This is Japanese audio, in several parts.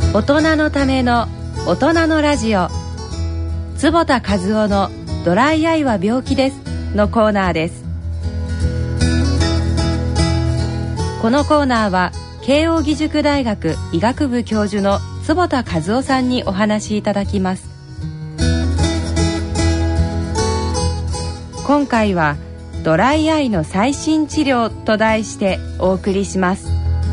大人のための大人のラジオ、坪田和夫のドライアイは病気ですのコーナーです。このコーナーは慶應義塾大学医学部教授の坪田和夫さんにお話しいただきます。今回はドライアイの最新治療と題してお送りします。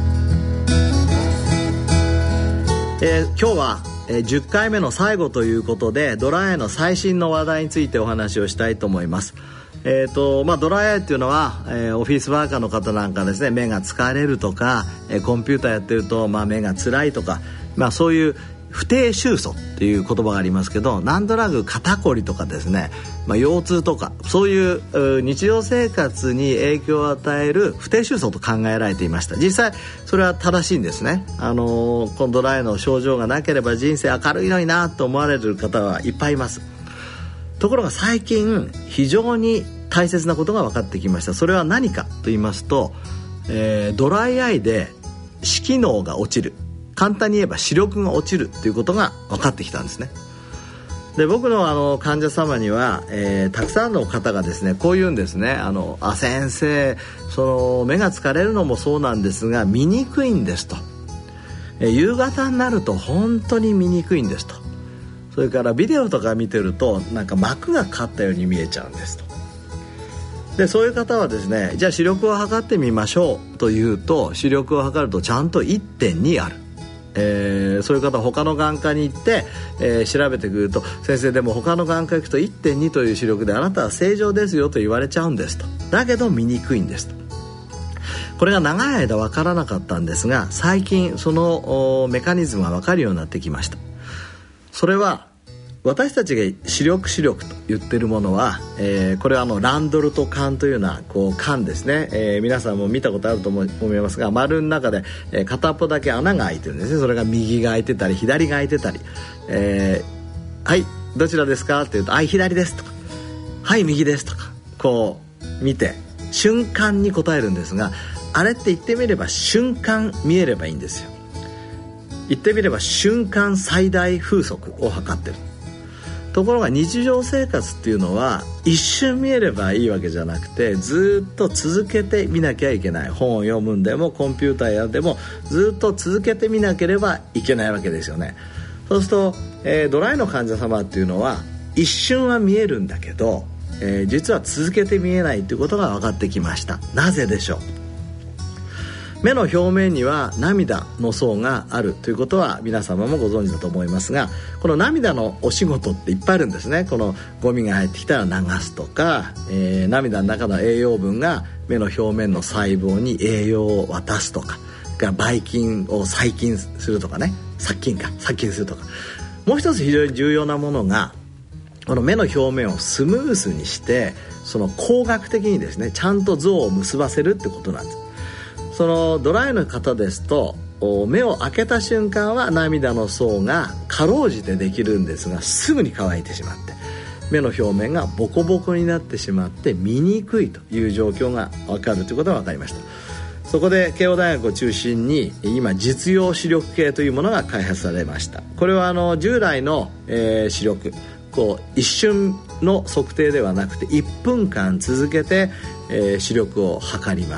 今日は10回目の最後ということで、ドライアイの最新の話題についてお話をしたいと思います。ドライアイっていうのは、オフィスワーカーの方なんかですね、目が疲れるとか、コンピューターやってると、目が辛いとか、そういう不定収束っていう言葉がありますけど、なんとなく肩こりとかですね、腰痛とか、そういう日常生活に影響を与える不定収束と考えられていました。実際それは正しいんですね。このドライアイの症状がなければ人生明るいのになと思われる方はいっぱいいます。ところが最近非常に大切なことが分かってきました。それは何かと言いますと、ドライアイで視機能が落ちる、簡単に言えば視力が落ちるということが分かってきたんですね。で、僕の患者様には、たくさんの方がですね、こう言うんですね。先生、目が疲れるのもそうなんですが、見にくいんですと、夕方になると本当に見にくいんですと、それからビデオとか見てるとなんか膜がかかったように見えちゃうんですと。で、そういう方はですね、じゃあ視力を測ってみましょうというと、視力を測るとちゃんと 1.2 ある。そういう方は他の眼科に行って、調べてくると、先生でも他の眼科行くと 1.2 という視力であなたは正常ですよと言われちゃうんですと。だけど見にくいんですと。これが長い間分からなかったんですが、最近そのメカニズムが分かるようになってきました。それは私たちが視力と言ってるものは、これはランドルト管というような管ですね。皆さんも見たことあると思いますが、丸の中で、片っぽだけ穴が開いてるんですね。それが右が開いてたり左が開いてたり、はいどちらですかって言うと、はい左ですとか、はい右ですとか、見て瞬間に答えるんですが、あれって言ってみれば瞬間見えればいいんですよ。言ってみれば瞬間最大風速を測ってる。ところが日常生活っていうのは一瞬見えればいいわけじゃなくて、ずっと続けて見なきゃいけない。本を読むんでもコンピューターやでもずっと続けて見なければいけないわけですよね。そうすると、ドライの患者様っていうのは一瞬は見えるんだけど、実は続けて見えないということが分かってきました。なぜでしょう。目の表面には涙の層があるということは皆様もご存知だと思いますが、この涙のお仕事っていっぱいあるんですね。このゴミが入ってきたら流すとか、涙の中の栄養分が目の表面の細胞に栄養を渡すとか、ばい菌を細菌するとかね、殺菌するとか、もう一つ非常に重要なものが、この目の表面をスムースにして、その工学的にですね、ちゃんと像を結ばせるってことなんです。そのドライの方ですと、目を開けた瞬間は涙の層がかろうじてできるんですが、すぐに乾いてしまって目の表面がボコボコになってしまって見にくいという状況が分かるということが分かりました。そこで慶応大学を中心に今実用視力計というものが開発されました。これは従来の、視力、一瞬の測定ではなくて1分間続けて、視力を測ります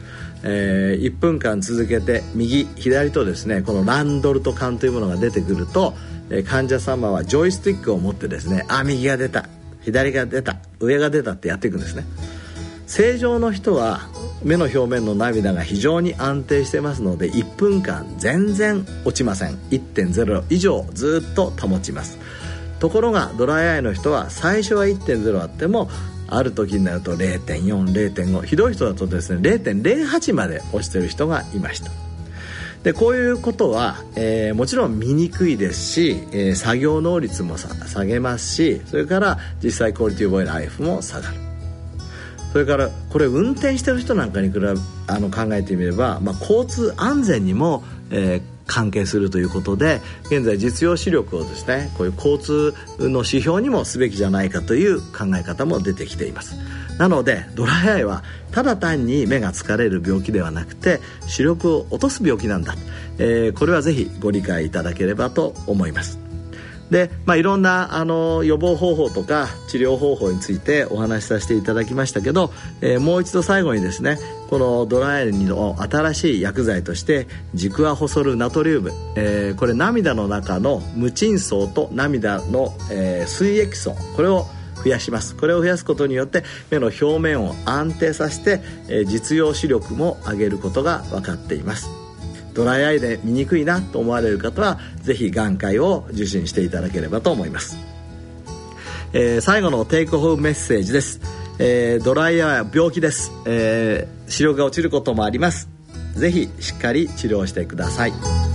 。1分間続けて右左とですね、このランドルト管というものが出てくると、患者様はジョイスティックを持ってですね、右が出た、左が出た、上が出たってやっていくんですね。正常の人は目の表面の涙が非常に安定してますので、1分間全然落ちません。 1.0 以上ずっと保ちます。ところがドライアイの人は最初は 1.0 あっても、ある時になると 0.4、0.5、ひどい人だとですね 0.08 まで落ちてる人がいました。で、こういうことは、もちろん見にくいですし、作業能率も下げますし、それから実際クオリティオブライフも下がる。それからこれ運転してる人なんかに考えてみれば、交通安全にも、 関係するということで、現在実用視力をですね、こういう交通の指標にもすべきじゃないかという考え方も出てきています。なのでドライアイはただ単に目が疲れる病気ではなくて、視力を落とす病気なんだ、これはぜひご理解いただければと思います。で、いろんな予防方法とか治療方法についてお話しさせていただきましたけど、もう一度最後にですね、このドライアイの新しい薬剤としてジクアホソルナトリウム、これ涙の中の無鎮層と涙の、水液層、これを増やします。これを増やすことによって目の表面を安定させて、実用視力も上げることが分かっています。ドライアイで見にくいなと思われる方はぜひ眼科医を受診していただければと思います。最後のテイクホームメッセージです。ドライアイは病気です。視力が落ちることもあります。ぜひしっかり治療してください。